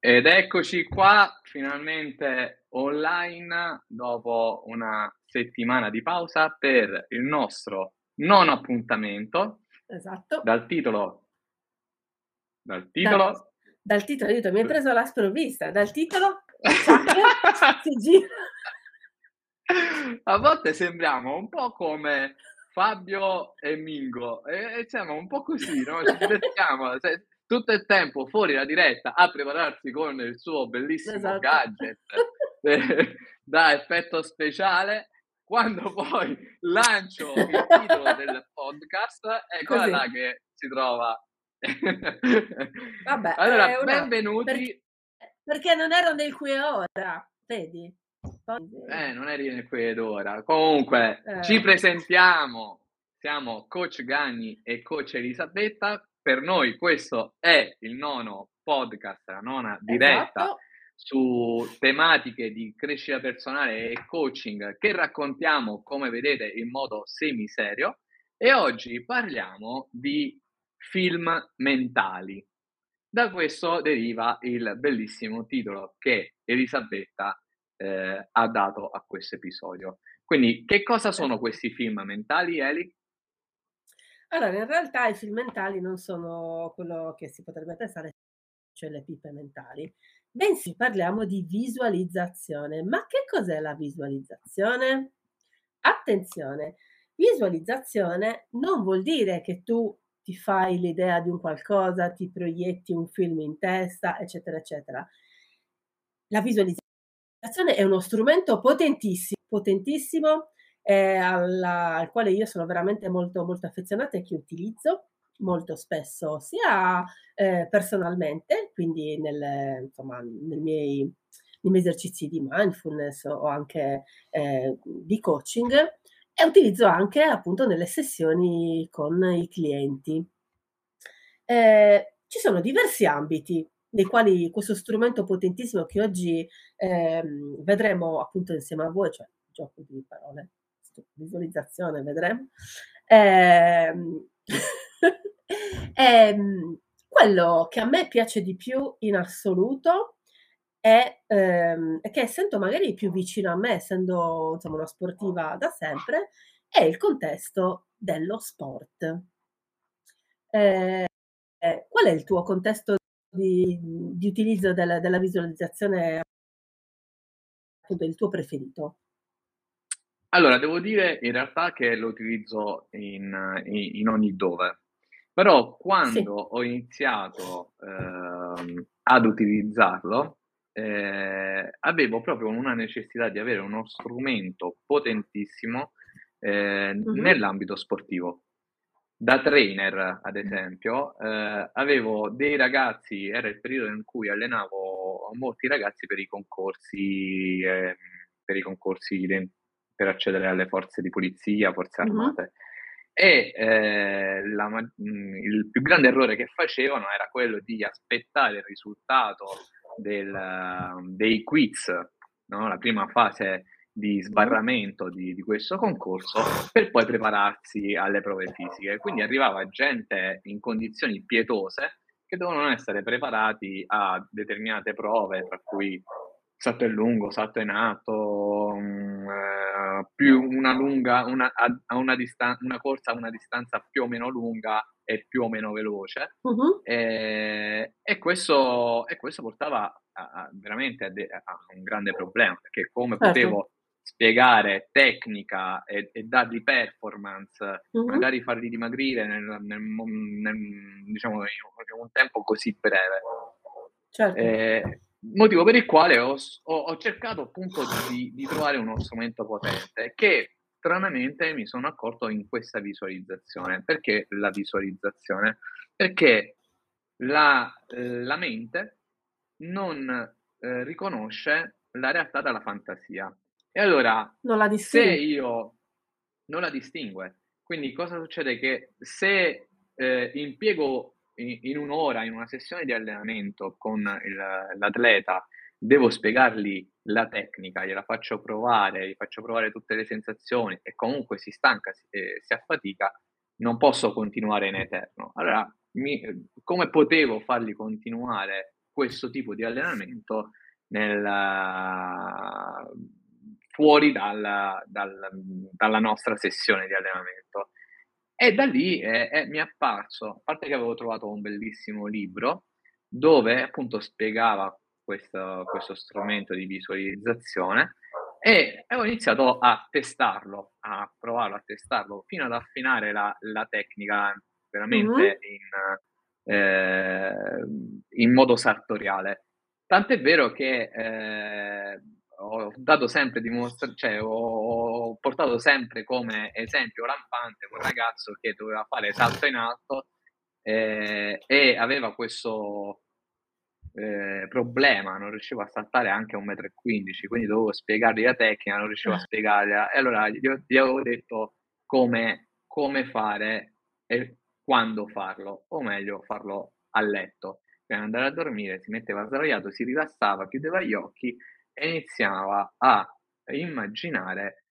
Ed eccoci qua, finalmente online, dopo una settimana di pausa per il nostro nono appuntamento, Esatto. dal titolo dal Da titolo dal titolo aiuto, mi hai preso alla sprovvista. Dal titolo, ciak, si gira. A volte sembriamo un po' come Fabio e Mingo, e siamo un po' così, no, ci divertiamo, se tutto il tempo fuori la diretta a prepararsi con il suo bellissimo Esatto. gadget da effetto speciale, quando poi lancio il titolo del podcast, eccola là Così. che si trova. Vabbè, Allora, uno perché benvenuti. perché non ero nel qui e ora, vedi? Poi Non eri nel qui ed ora. Comunque, ci eh, presentiamo. Siamo Coach Gagni e Coach Elisabetta. Per noi questo è il nono podcast, la nona diretta esatto. su tematiche di crescita personale e coaching che raccontiamo, come vedete, in modo semiserio. E oggi parliamo di film mentali. Da questo deriva il bellissimo titolo che Elisabetta ha dato a questo episodio. Quindi, che cosa sono Esatto. questi film mentali, Eli? Allora, in realtà i film mentali non sono quello che si potrebbe pensare, cioè le pippe mentali, bensì parliamo di visualizzazione. Ma che cos'è la visualizzazione? Attenzione, visualizzazione non vuol dire che tu ti fai l'idea di un qualcosa, ti proietti un film in testa, eccetera, eccetera. La visualizzazione è uno strumento potentissimo, al quale io sono veramente molto, molto affezionata e che utilizzo molto spesso sia, personalmente, quindi insomma, nei miei esercizi di mindfulness o anche, di coaching, e utilizzo anche appunto nelle sessioni con i clienti. Ci sono diversi ambiti nei quali questo strumento potentissimo che oggi, vedremo appunto insieme a voi, cioè gioco di parole, visualizzazione vedremo, ehm, quello che a me piace di più in assoluto è che sento magari più vicino a me, essendo insomma una sportiva da sempre, è il contesto dello sport. Ehm, qual è il tuo contesto di utilizzo della visualizzazione, appunto il tuo preferito? Allora, devo dire in realtà che lo utilizzo in ogni dove, però quando Sì. ho iniziato, ad utilizzarlo, avevo proprio una necessità di avere uno strumento potentissimo, Mh-mh. nell'ambito sportivo. Da trainer, ad esempio, avevo dei ragazzi, era il periodo in cui allenavo molti ragazzi per i concorsi per accedere alle forze di polizia, forze Mh-mh. armate. E, il più grande errore che facevano era quello di aspettare il risultato dei quiz, no, la prima fase di Mh-mh. sbarramento di questo concorso, per poi prepararsi alle prove fisiche. Quindi arrivava gente in condizioni pietose che dovevano essere preparati a determinate prove, tra cui salto in lungo, salto in alto, più una lunga una a una corsa a una distanza più o meno lunga e più o meno veloce. Mh-mh. E questo portava a veramente a un grande problema, perché come Certo. potevo spiegare tecnica e dargli performance, Mh-mh. magari farli dimagrire nel diciamo in un tempo così breve. Certo. Motivo per il quale ho cercato appunto di trovare uno strumento potente che stranamente mi sono accorto in questa visualizzazione. Perché la visualizzazione? Perché la mente non, riconosce la realtà dalla fantasia. E allora, Non la se distingui. io non la distingue, quindi cosa succede? Che se, impiego in 1 ora, in una sessione di allenamento con l'atleta, devo spiegargli la tecnica, gliela faccio provare, gli faccio provare tutte le sensazioni e comunque si stanca, si affatica, non posso continuare in eterno. Allora come potevo farli continuare questo tipo di allenamento fuori dalla nostra sessione di allenamento. E da lì mi è apparso, a parte che avevo trovato un bellissimo libro dove appunto spiegava questo strumento di visualizzazione e ho iniziato a testarlo, a provarlo, a testarlo fino ad affinare la tecnica Mh-mh. veramente in modo sartoriale. Tant'è vero che ho dato sempre cioè ho portato sempre come esempio lampante quel ragazzo che doveva fare salto in alto e aveva questo problema, non riuscivo a saltare anche a 1,15 m, quindi dovevo spiegargli la tecnica, non riuscivo a spiegargliela e allora gli avevo detto come fare e quando farlo, o meglio farlo a letto. Prima di andare a dormire si metteva sdraiato, si rilassava, chiudeva gli occhi e iniziava a immaginare,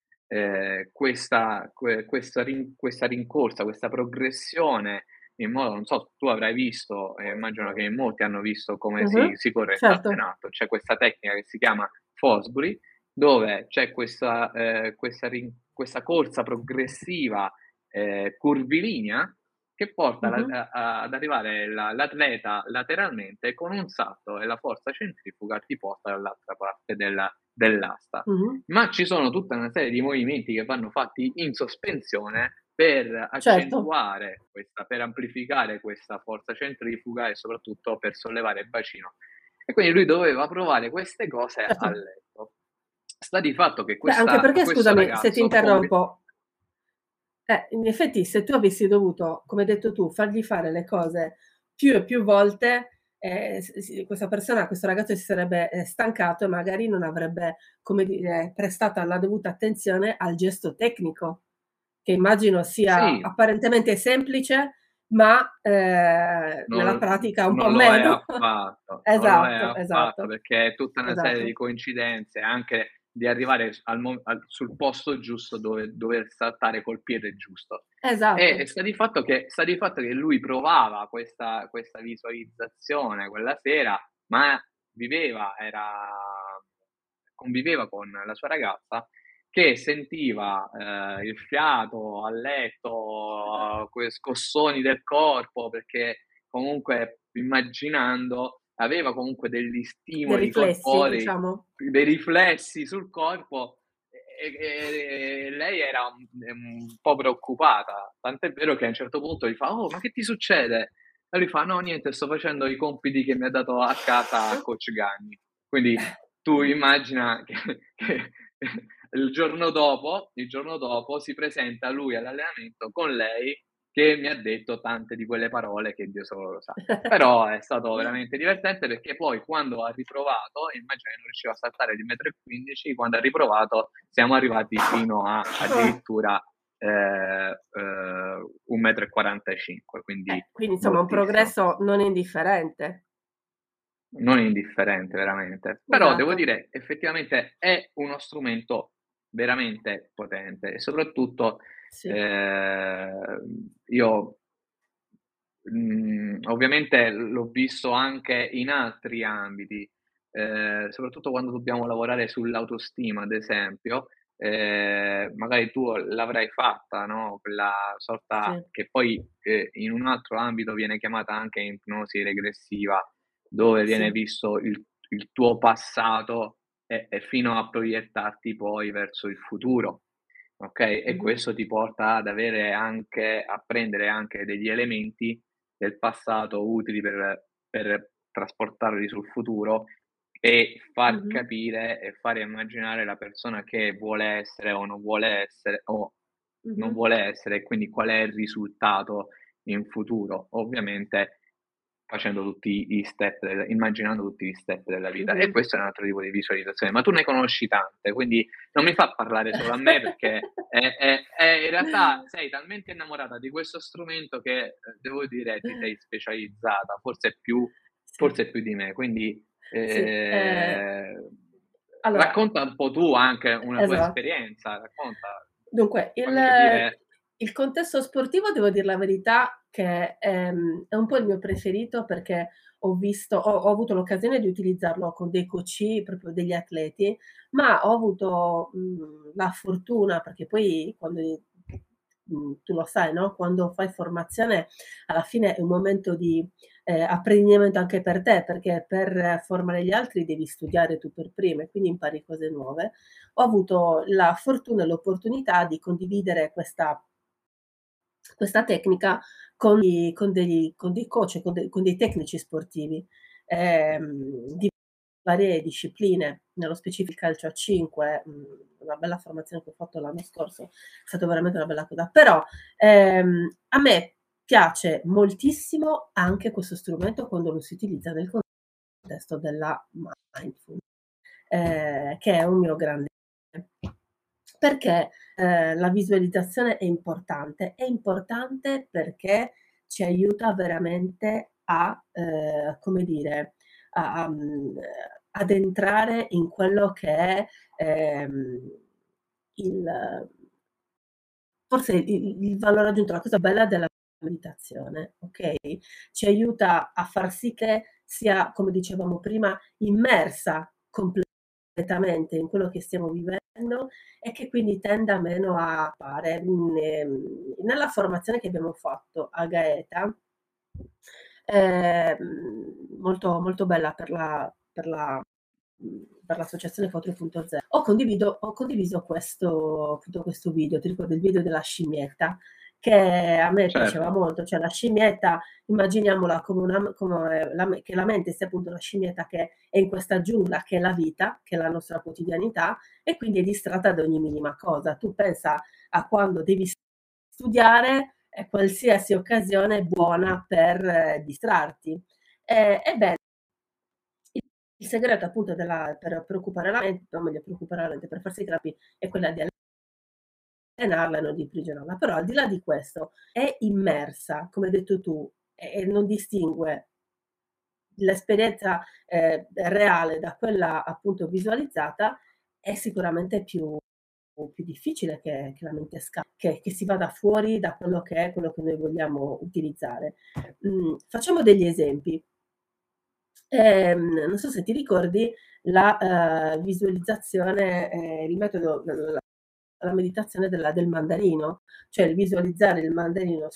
questa rincorsa, questa progressione in modo non so, tu avrai visto, e immagino che in molti hanno visto come Mh-mh. si corre il salto in Certo. alto. C'è questa tecnica che si chiama Fosbury, dove c'è questa corsa progressiva, curvilinea, che porta Mh-mh. ad arrivare l'atleta lateralmente con un salto e la forza centrifuga ti porta dall'altra parte dell'asta. Mh-mh. Ma ci sono tutta una serie di movimenti che vanno fatti in sospensione per Certo. accentuare per amplificare questa forza centrifuga e soprattutto per sollevare il bacino. E quindi lui doveva provare queste cose a Certo. letto. Sta di fatto che Beh, anche perché questo scusami se ti ragazzo interrompo, in effetti se tu avessi dovuto, come hai detto tu, fargli fare le cose più e più volte, questa persona, questo ragazzo si sarebbe, stancato e magari non avrebbe, come dire, prestata la dovuta attenzione al gesto tecnico, che immagino sia sì, apparentemente semplice, ma, nella pratica un po' non lo è meno. affatto, non lo è Esatto, affatto, esatto, perché è tutta una serie di esatto, coincidenze, anche di arrivare sul posto giusto dove dover saltare col piede giusto. E esatto. sta di fatto che lui provava questa visualizzazione quella sera, ma conviveva con la sua ragazza che sentiva, il fiato a letto, scossoni del corpo, perché comunque immaginando aveva comunque degli Dei stimoli riflessi, corporei, diciamo. dei riflessi sul corpo e lei era un po' preoccupata, tant'è vero che a un certo punto gli fa: "Oh, ma che ti succede?" E lui fa: "No, niente, sto facendo i compiti che mi ha dato a casa coach Ganni." Quindi tu immagina che il giorno dopo si presenta lui all'allenamento con lei che mi ha detto tante di quelle parole che Dio solo lo sa. Però è stato veramente divertente perché poi quando ha riprovato, immagina che non riusciva a saltare di 1,15 m, quando ha riprovato siamo arrivati fino a Ah, addirittura 1,45 m, quindi quindi insomma un moltissimo. progresso non indifferente. Non indifferente veramente. Però devo Esatto, dire effettivamente è uno strumento veramente potente e soprattutto, sì. io, ovviamente l'ho visto anche in altri ambiti, soprattutto quando dobbiamo lavorare sull'autostima ad esempio, magari tu l'avrai fatta, no, quella sorta Sì. che poi, in un altro ambito viene chiamata anche ipnosi regressiva, dove viene Sì. visto il tuo passato e fino a proiettarti poi verso il futuro, okay, e Mh-mh. questo ti porta ad avere anche a prendere anche degli elementi del passato utili per trasportarli sul futuro e far Mh-mh. capire e fare immaginare la persona che vuole essere o non vuole essere o non Mh-mh. vuole essere e quindi qual è il risultato in futuro. Ovviamente facendo tutti gli step immaginando tutti gli step della vita. E Mh-mh. questo è un altro tipo di visualizzazione, ma tu ne conosci tante, quindi non mi fa parlare solo a me perché in realtà sei talmente innamorata di questo strumento che, devo dire ti sei specializzata, Sì, forse più di me. Quindi, sì. Allora racconta un po' tu anche una tua esatto. esperienza, racconta, Dunque il fammi capire Il contesto sportivo devo dir la verità che, è un po' il mio preferito perché ho avuto l'occasione di utilizzarlo con dei coach, proprio degli atleti, ma ho avuto, la fortuna perché poi tu lo sai, no, quando fai formazione alla fine è un momento di, apprendimento anche per te, perché per formare gli altri devi studiare tu per prima e quindi impari cose nuove. Ho avuto la fortuna e l'opportunità di condividere questa tecnica con dei coach, con dei tecnici sportivi, di varie discipline, nello specifico il calcio a 5, una bella formazione che ho fatto l'anno scorso, è stato veramente una bella cosa. Però, a me piace moltissimo anche questo strumento quando lo si utilizza nel contesto della mindful che è un mio grande perché, la visualizzazione è importante. È importante perché ci aiuta veramente a, come dire, ad entrare in quello che è, ehm, il forse il valore aggiunto, la cosa bella della meditazione, okay, ci aiuta a far sì che sia, come dicevamo prima, immersa completamente in quello che stiamo vivendo e che quindi tenda meno a fare. Nella formazione che abbiamo fatto a Gaeta, molto molto bella per l'associazione 4.0, ho condiviso questo appunto questo video. Ti ricordi il video della scimmietta? Che a me piaceva Certo, molto, cioè la scimmietta immaginiamola come che la mente sia appunto la scimmietta che è in questa giungla che è la vita, che è la nostra quotidianità e quindi è distratta da ogni minima cosa. Tu pensa a quando devi studiare e qualsiasi occasione è buona per distrarti. Ebbene, il segreto appunto per occupare la mente, o meglio per occupare la mente, per far sì che è quella di allenarla e non di imprigionarla. Però al di là di questo è immersa, come hai detto tu, e non distingue l'esperienza, reale da quella appunto visualizzata, è sicuramente più difficile che la mente che si vada fuori da quello che è quello che noi vogliamo utilizzare. Facciamo degli esempi. Non so se ti ricordi la, visualizzazione, il metodo la meditazione del mandarino, cioè il visualizzare il mandarino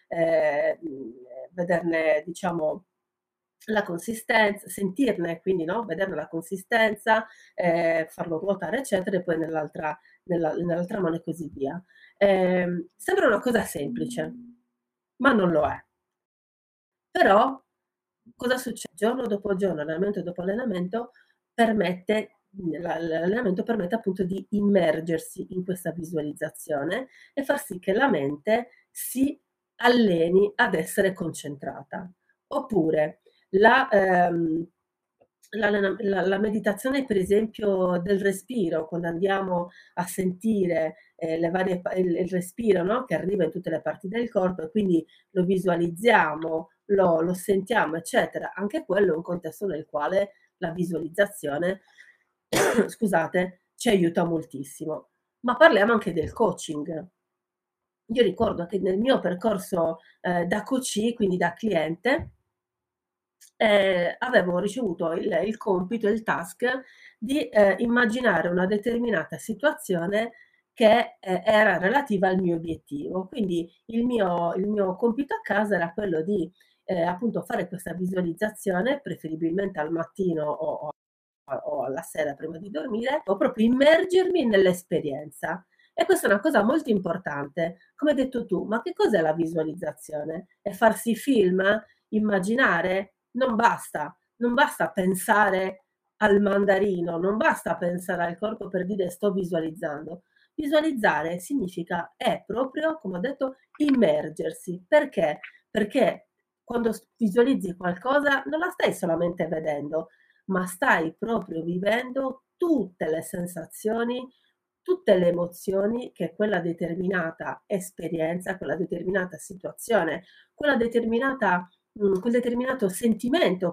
vederne diciamo la consistenza, sentirne quindi, no, vederne la consistenza, farlo ruotare eccetera e poi nell'altra mano e così via. Sembra una cosa semplice, ma non lo è. Però cosa succede? Giorno dopo giorno, allenamento dopo allenamento, l'allenamento permette appunto di immergersi in questa visualizzazione e far sì che la mente si alleni ad essere concentrata. Oppure la, la meditazione per esempio del respiro, quando andiamo a sentire, le varie il respiro, no, che arriva in tutte le parti del corpo e quindi lo visualizziamo, lo sentiamo, eccetera. Anche quello è un contesto nel quale la visualizzazione, scusate, ci aiuta moltissimo. Ma parliamo anche del coaching. Io ricordo che nel mio percorso, da coachee, quindi da cliente, avevo ricevuto il compito, il task di, immaginare una determinata situazione che, era relativa al mio obiettivo. Quindi il mio compito a casa era quello di, appunto fare questa visualizzazione, preferibilmente al mattino o alla sera prima di dormire, o proprio immergermi nell'esperienza. E questa è una cosa molto importante. Come hai detto tu, ma che cos'è la visualizzazione? È farsi film? Immaginare? Non basta pensare al mandarino, non basta pensare al corpo per dire sto visualizzando. Visualizzare significa è proprio, come ho detto, immergersi. Perché? Perché quando visualizzi qualcosa non la stai solamente vedendo, ma stai proprio vivendo tutte le sensazioni, tutte le emozioni che quella determinata esperienza, quella determinata situazione, quel determinato sentimento,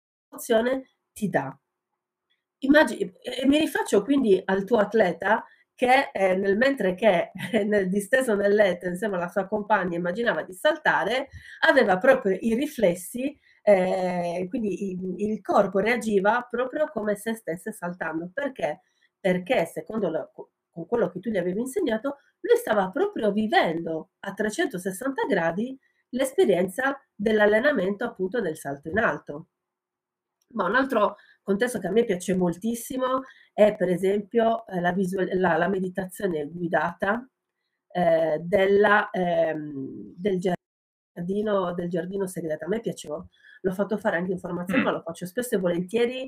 quell'emozione ti dà. Mi rifaccio quindi al tuo atleta che mentre che disteso nel letto insieme alla sua compagna immaginava di saltare, aveva proprio i riflessi, quindi il corpo reagiva proprio come se stesse saltando. Perché? Perché secondo con quello che tu gli avevi insegnato, lui stava proprio vivendo a 360 gradi l'esperienza dell'allenamento appunto del salto in alto. Ma un altro contesto che a me piace moltissimo è per esempio la meditazione guidata del giardino segreto. A me piaceva, l'ho fatto fare anche in formazione, ma Mm. lo faccio spesso e volentieri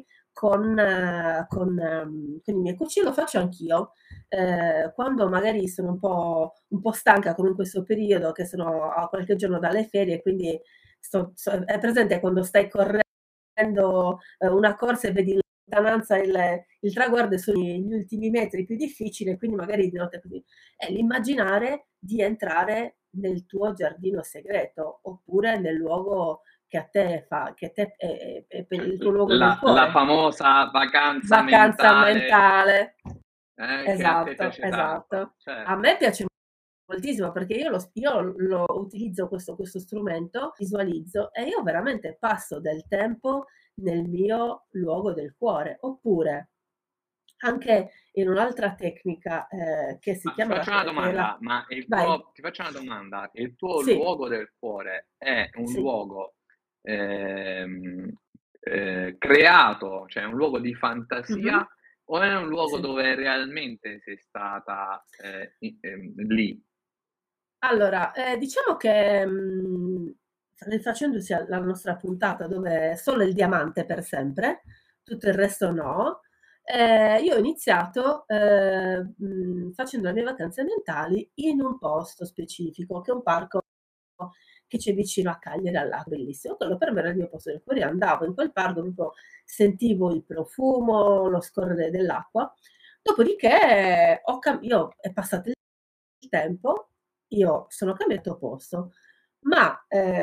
con i miei coach, lo faccio anch'io. Quando magari sono un po' stanca, come in questo periodo, che sono a qualche giorno dalle ferie, quindi è presente quando stai correndo una corsa e vedi in lontananza il traguardo e sono gli ultimi metri più difficili, quindi magari di notte così. È l'immaginare di entrare nel tuo giardino segreto, oppure nel luogo che a te fa, che a te è per il tuo luogo del La cuore. famosa vacanza Vacanza mentale, mentale. che a te Esatto, piace tanto, esatto. A certo. me piace moltissimo perché io lo utilizzo questo strumento, visualizzo e io veramente passo del tempo nel mio luogo del cuore. Oppure anche in un'altra tecnica, che si Ma ti chiama faccio una che è la domanda, ma vai. ti faccio una domanda, il tuo Sì, luogo del cuore è un sì. luogo ehm, creato, cioè un luogo di Mh-mh. fantasia, o è un luogo Sì. dove realmente sei stata lì? Allora, diciamo che, rifacendosi alla nostra puntata dove solo il diamante per sempre, tutto il resto no, io ho iniziato, facendo le mie vacanze mentali in un posto specifico, che è un parco che c'è vicino a Cagliari al lago, bellissimo. Quello per me era il mio posto del cuore. Io andavo in quel parco, proprio sentivo il profumo, lo scorrere dell'acqua. Dopodiché io è passato il tempo, io sono cambiato posto, ma,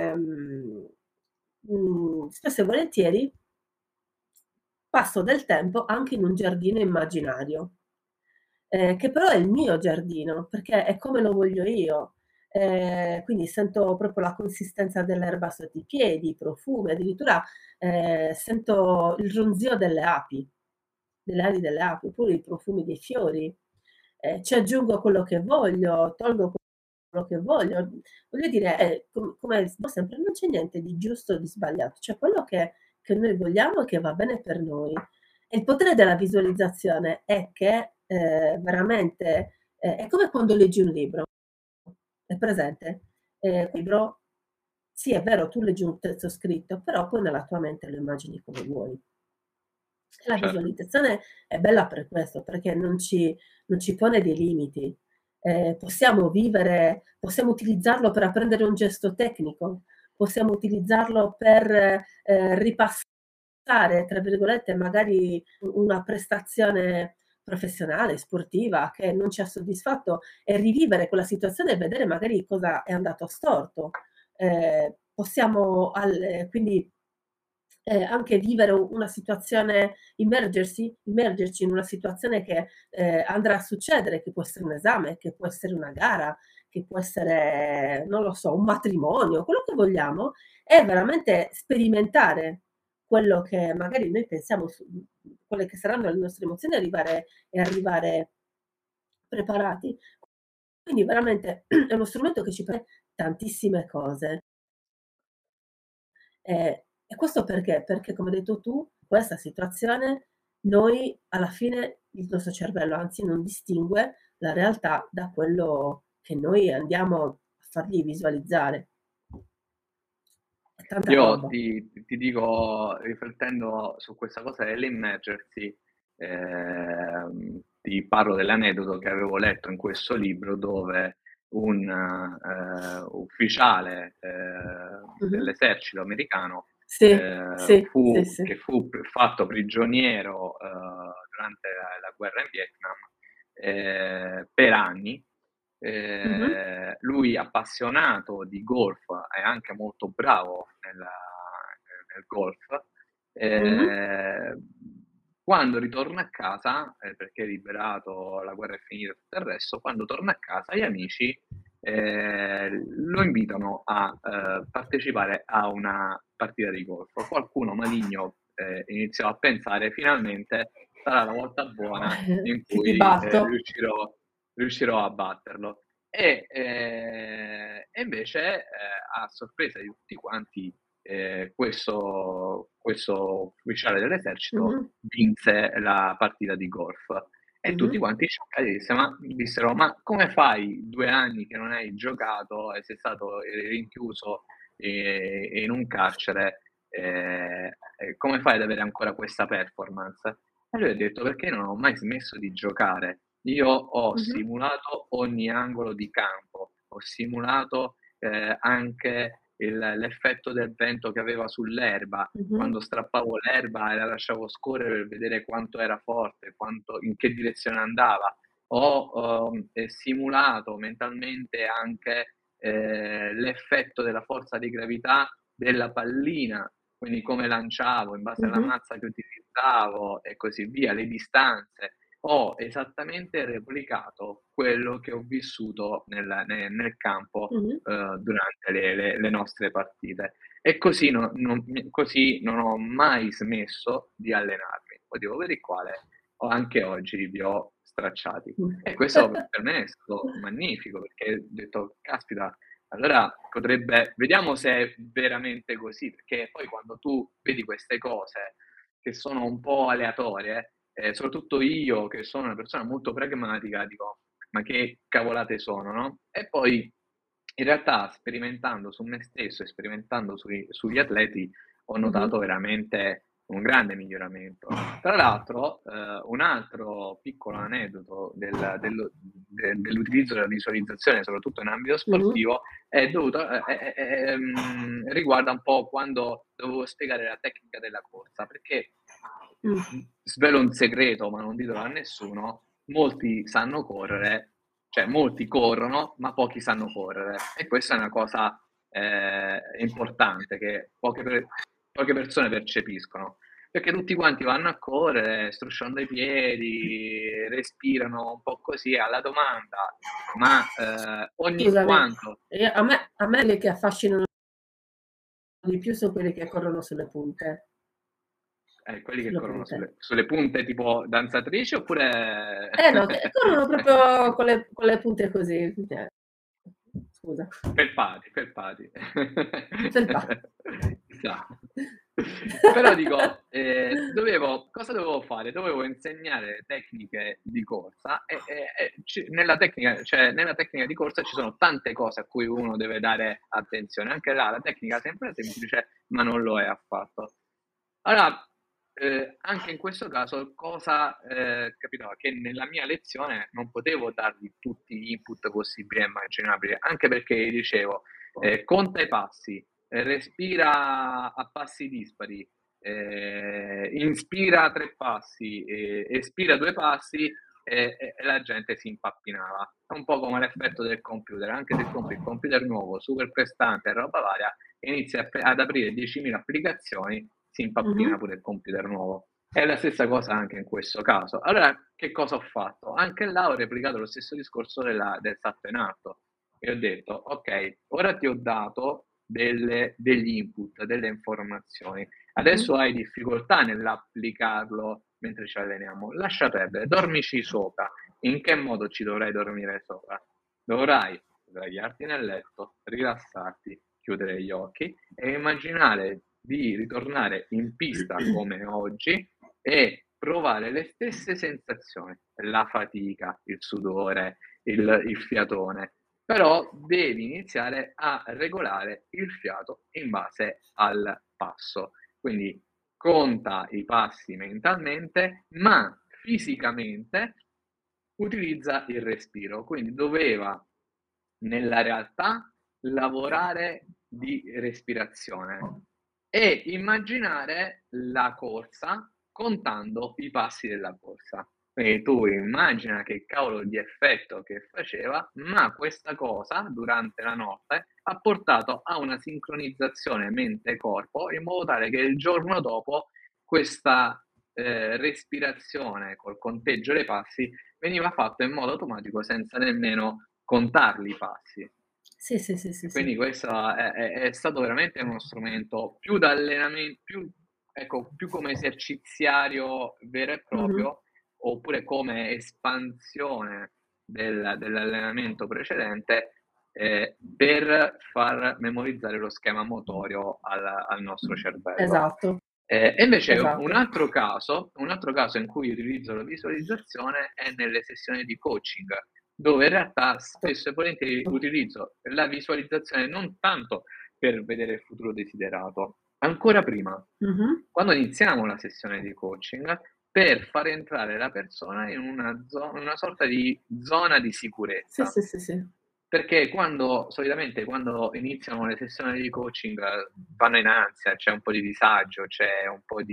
spesso e volentieri passo del tempo anche in un giardino immaginario, che però è il mio giardino, perché è come lo voglio io. Quindi sento proprio la consistenza dell'erba sotto i piedi, i profumi, addirittura, sento il ronzio delle ali delle api, oppure i profumi dei fiori. Ci aggiungo quello che voglio, tolgo quello che voglio. Voglio dire, è come dico sempre, non c'è niente di giusto o di sbagliato, c'è quello che noi vogliamo e che va bene per noi. E il potere della visualizzazione è che, veramente, è come quando leggi un libro, hai presente? Un libro sì, è vero, tu leggi un testo scritto, però poi nella tua mente lo immagini come vuoi. La Certo. visualizzazione è bella per questo, perché non ci pone dei limiti. Possiamo utilizzarlo per apprendere un gesto tecnico, possiamo utilizzarlo per, "ripassare", tra virgolette, magari una prestazione professionale, sportiva che non ci ha soddisfatto e rivivere quella situazione e vedere magari cosa è andato storto. Possiamo quindi anche vivere una situazione, immergerci in una situazione che andrà a succedere, che può essere un esame, che può essere una gara, che può essere, non lo so, un matrimonio, quello che vogliamo, è veramente sperimentare quello che magari noi pensiamo quelle che saranno le nostre emozioni, arrivare preparati. Quindi veramente è uno strumento che ci permette tantissime cose. E questo perché? Perché come hai detto tu, in questa situazione noi alla fine il nostro cervello, anzi, non distingue la realtà da quello che noi andiamo a fargli visualizzare. È tanta Io roba. ti dico, riflettendo su questa cosa dell'immergersi, ti parlo dell'aneddoto che avevo letto in questo libro dove un ufficiale Mh-mh. dell'esercito americano Sì, sì, sì, sì. che fu fatto prigioniero durante la guerra in Vietnam per anni. Mh-mh. Lui appassionato di golf e anche molto bravo nel golf, Mh-mh. ehm, Quando ritorna a casa, perché è liberato, la guerra è finita e tutto il resto, quando torna a casa gli amici lo invitano a partecipare a una partita di golf. Qualcuno maligno iniziò a pensare: finalmente sarà la volta buona in Che ti cui batto. riuscirò a batterlo. E invece, a sorpresa di tutti quanti, questo ufficiale dell'esercito Mh-mh, vinse la partita di golf. E mh-mh, tutti quanti scioccati dissero: "Ma come fai? 2 anni che non hai giocato e sei stato, rinchiuso, in un carcere, e come fai ad avere ancora questa performance?" E lui ha detto: "Perché non ho mai smesso di giocare. Io ho mh-mh, simulato ogni angolo di campo, ho simulato, anche l'effetto del vento che aveva sull'erba, mh-mh, quando strappavo l'erba e la lasciavo scorrere per vedere quanto era forte, quanto in che direzione andava. Ho, simulato mentalmente anche, l'effetto della forza di gravità della pallina, quindi come lanciavo in base alla mh-mh, mazza che utilizzavo e così via, le distanze. Ho esattamente replicato quello che ho vissuto nel campo, mh-mh. durante le nostre partite. E così così non ho mai smesso di allenarmi, motivo per il quale anche oggi vi ho stracciati. E questo per me è stato magnifico, perché ho detto: "Caspita, allora vediamo se è veramente così", perché poi quando tu vedi queste cose che sono un po' aleatorie, soprattutto io che sono una persona molto pragmatica, dico: "Ma che cavolate sono", no, e poi in realtà sperimentando su me stesso e sperimentando sugli atleti ho Mh-mh, notato veramente un grande miglioramento. Tra l'altro, un altro piccolo aneddoto dell'utilizzo della visualizzazione, soprattutto in ambito mh-mh, sportivo, è dovuto riguarda un po' quando dovevo spiegare la tecnica della corsa, perché, svelo un segreto, ma non ditelo a nessuno, molti sanno correre, cioè molti corrono, ma pochi sanno correre, e questa è una cosa, importante che poche persone percepiscono, perché tutti quanti vanno a correre strusciando i piedi, respirano un po' così. Alla domanda: "Ma, ogni scusami, quanto?" a me quelli che affascinano di più son quelli che corrono sulle punte. Quelli che Sulle corrono punte. sulle punte tipo danzatrici oppure No, che corrono proprio con le punte così, scusa. felpati, felpati. Felpa Chissà. Però dico, cosa dovevo fare? Dovevo insegnare tecniche di corsa nella tecnica di corsa ci sono tante cose a cui uno deve dare attenzione. Anche là la tecnica sembra semplice, ma non lo è affatto. Allora, anche in questo caso cosa, capitava? Che nella mia lezione non potevo dargli tutti gli input possibili e immaginabili, anche perché gli dicevo: "Conta i passi, respira a passi dispari, inspira 3 passi, espira 2 passi", e la gente si impappinava. È un po' come l'effetto del computer, anche se compri il computer nuovo, super prestante e roba varia, e inizi ad aprire 10.000 applicazioni, si mh-mh, impappina pure il computer nuovo. È la stessa cosa anche in questo caso. Allora che cosa ho fatto? Anche là ho replicato lo stesso discorso del salto in alto e ho detto: "Okay, ora ti ho dato degli input, delle informazioni. mh-mh, Adesso hai difficoltà nell'applicarlo mentre ci alleniamo. Lascia perdere, dormici sopra. In che modo ci dovrai dormire sopra? Dovrai sdraiarti nel letto, rilassarti, chiudere gli occhi e immaginare di ritornare in pista come oggi e provare le stesse sensazioni, la fatica, il sudore, il fiatone, però devi iniziare a regolare il fiato in base al passo. Quindi conta i passi mentalmente, ma fisicamente utilizza il respiro. Quindi doveva nella realtà lavorare di respirazione e immaginare la corsa contando i passi della corsa. Quindi tu immagina che cavolo di effetto che faceva, ma questa cosa durante la notte ha portato a una sincronizzazione mente-corpo in modo tale che il giorno dopo questa respirazione col conteggio dei passi veniva fatto in modo automatico senza nemmeno contarli i passi. Sì, sì, sì, sì, E sì. quindi questo è stato veramente uno strumento più da più ecco, più come eserciziario vero e Mh-mh. proprio, oppure come espansione dell'allenamento precedente, per far memorizzare lo schema motorio al nostro cervello. Esatto, E invece esatto. un altro caso in cui utilizzo la visualizzazione è nelle sessioni di coaching, dove in realtà spesso e volentieri utilizzo la visualizzazione non tanto per vedere il futuro desiderato, ancora prima, Mh-mh. quando iniziamo la sessione di coaching, per far entrare la persona in una sorta di zona di Sì, sicurezza. sì, sì, sì. Perché solitamente quando iniziano le sessioni di coaching vanno in ansia, c'è un po' di disagio, c'è un po'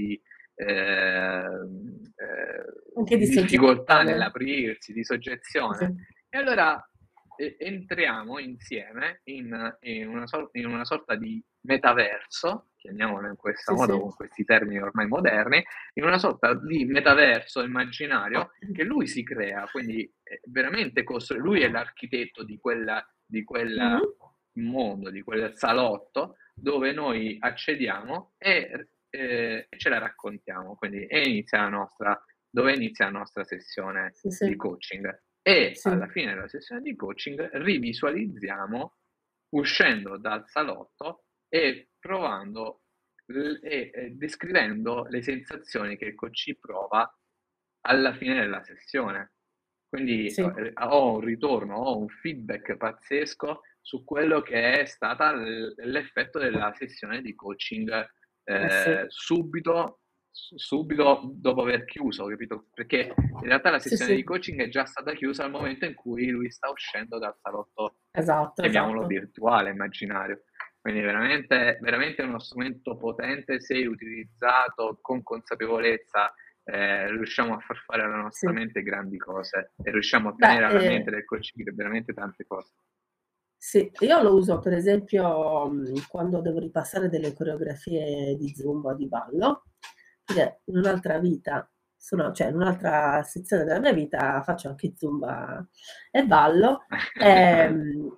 Anche di di difficoltà soggezione. nell'aprirsi, di Sì, sì. soggezione. E allora entriamo insieme in una sorta di metaverso, chiamiamolo in questo Sì, sì. modo, con questi termini ormai moderni, in una sorta di metaverso immaginario che lui si crea, quindi veramente lui è l'architetto di quel Mh-mh. mondo, di quel salotto dove noi accediamo e ce la raccontiamo, quindi dove inizia la nostra sessione Sì, sì. di coaching. E Sì. alla fine della sessione di coaching rivisualizziamo uscendo dal salotto e provando descrivendo le sensazioni che il coach prova alla fine della sessione. Quindi Sì. ho un ritorno, ho un feedback pazzesco su quello che è stata l'effetto della sessione di coaching Eh sì. subito dopo aver chiuso, capito? Perché in realtà la Sì, sessione di sì. coaching è già stata chiusa al momento in cui lui sta uscendo dal salotto, Esatto, chiamiamolo esatto. virtuale, immaginario. Quindi veramente uno strumento potente se utilizzato con consapevolezza, riusciamo a far fare alla nostra Sì. mente grandi cose e riusciamo a Beh, ottenere alla mente del coaching veramente tante cose. sì, io lo uso per esempio, quando devo ripassare delle coreografie di zumba o di ballo, perché in un'altra vita in un'altra sezione della mia vita faccio anche zumba e ballo, ehm,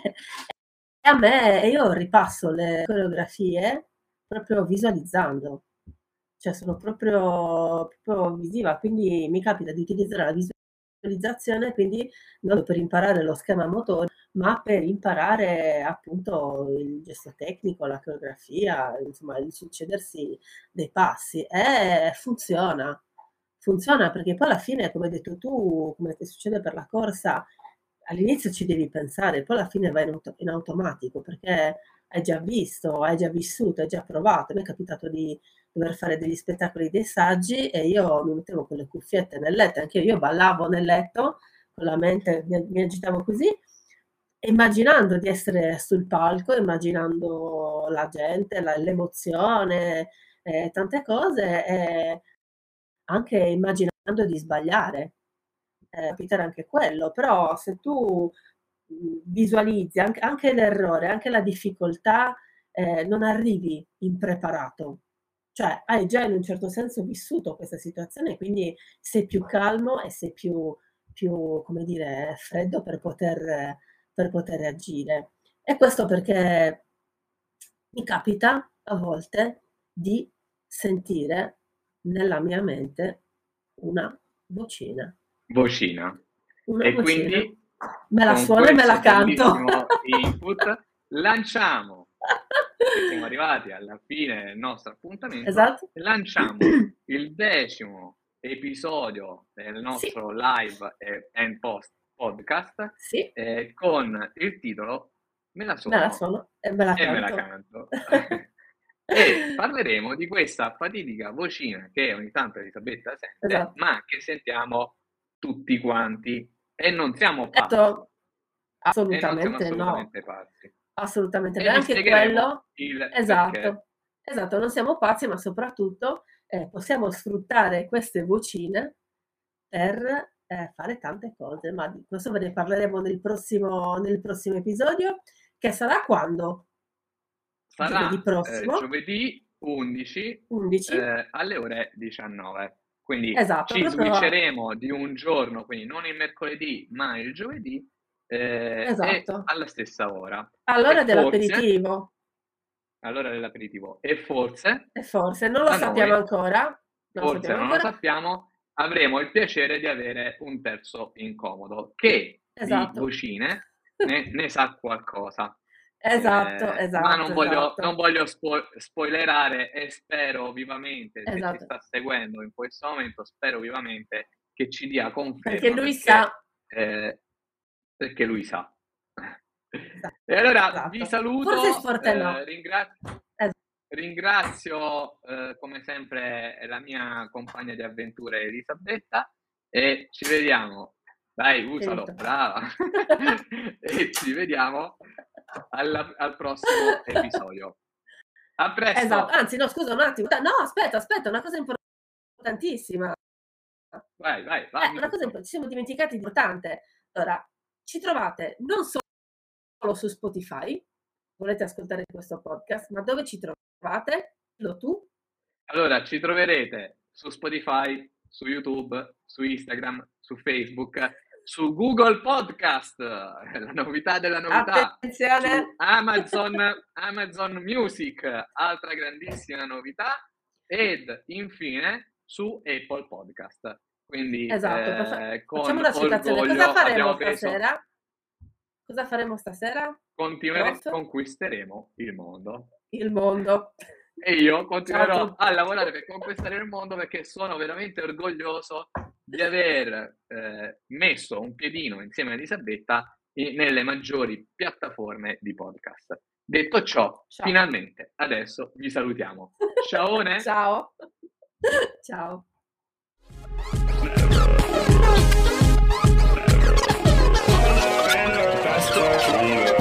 e io ripasso le coreografie proprio visualizzando, cioè sono proprio visiva, quindi mi capita di utilizzare la visualizzazione, quindi non per imparare lo schema motore, ma per imparare appunto il gesto tecnico, la coreografia, insomma il succedersi dei passi e funziona. Funziona perché poi alla fine, come hai detto tu, come ti succede per la corsa, all'inizio ci devi pensare, poi alla fine vai in automatico perché hai già visto, hai già vissuto, hai già provato. A me è capitato di dover fare degli spettacoli, dei saggi e io mi mettevo con le cuffiette nel letto, anche io ballavo nel letto con la mente, mi agitavo così, immaginando di essere sul palco, immaginando la gente, l'emozione, tante cose, anche immaginando di sbagliare. Capitare anche quello, però se tu, visualizzi anche l'errore, anche la difficoltà, non arrivi impreparato. Cioè, hai già in un certo senso vissuto questa situazione, quindi sei più calmo e sei più, come dire, freddo per poter agire. E questo perché mi capita a volte di sentire nella mia mente una vocina. Vocina. Una E vocina. quindi Me la con suono e me la questo canto. bellissimo input lanciamo, che siamo arrivati alla fine del nostro appuntamento, Esatto. lanciamo il 10° episodio del Sì, nostro live and post podcast, sì, con il titolo "Me la me la suono suono e me la e me la canto. canto". E parleremo di questa fatidica vocina che ogni tanto Elisabetta sente, Esatto. ma che sentiamo tutti quanti e non siamo pazzi, Certo, assolutamente no, assolutamente pazzi. assolutamente no. E E vi anche spiegheremo quello il perché. esatto, esatto, non siamo pazzi, ma soprattutto, possiamo sfruttare queste vocine per, fare tante cose, ma di questo ve ne parleremo nel prossimo episodio, che sarà quando? Giovedì Sarà prossimo? giovedì 11 11. alle ore 19. Quindi Esatto, ci proprio switcheremo di un giorno, quindi non il mercoledì, ma il giovedì, e esatto. alla stessa ora. E All'ora forse dell'aperitivo. all'ora dell'aperitivo. E forse E forse, non lo da sappiamo noi, ancora, non lo forse sappiamo non lo ancora. sappiamo, avremo il piacere di avere un terzo incomodo che di Esatto. vocine ne sa qualcosa. Esatto, Ma esatto, non esatto. voglio spoilerare e spero vivamente, se ci Esatto. sta seguendo in questo momento, spero vivamente che ci dia Perché conferma lui sa. perché lui sa. E Esatto, allora vi esatto. Forse saluto, forte no. Es ringrazio come sempre la mia compagna di avventure Elisabetta e ci vediamo. Dai, usalo, finito. brava. E ci vediamo al prossimo episodio. A Esatto. presto. Anzi no, scusa un attimo. No, aspetta, una cosa importantissima. Vai, Una cosa tutto. ci siamo dimenticati di importante. Allora, ci trovate non solo su Spotify, volete ascoltare questo podcast, ma dove ci trovate? Dillo tu. Allora, ci troverete su Spotify, su YouTube, su Instagram, su Facebook, su Google Podcast, la novità della novità, Attenzione. su Amazon Music, altra grandissima novità, ed infine su Apple Podcast. Quindi Esatto, con facciamo una citazione. Cosa orgoglio faremo abbiamo preso, stasera? Cosa faremo stasera, prof? conquisteremo il mondo. Il mondo. E io Ciao a continuerò tutti. a lavorare per conquistare il mondo perché sono veramente orgoglioso di aver messo un piedino insieme a Elisabetta nelle maggiori piattaforme di podcast. Detto ciò, Ciao. finalmente adesso vi salutiamo. Ciaone! Ciao. Ciao. Faster.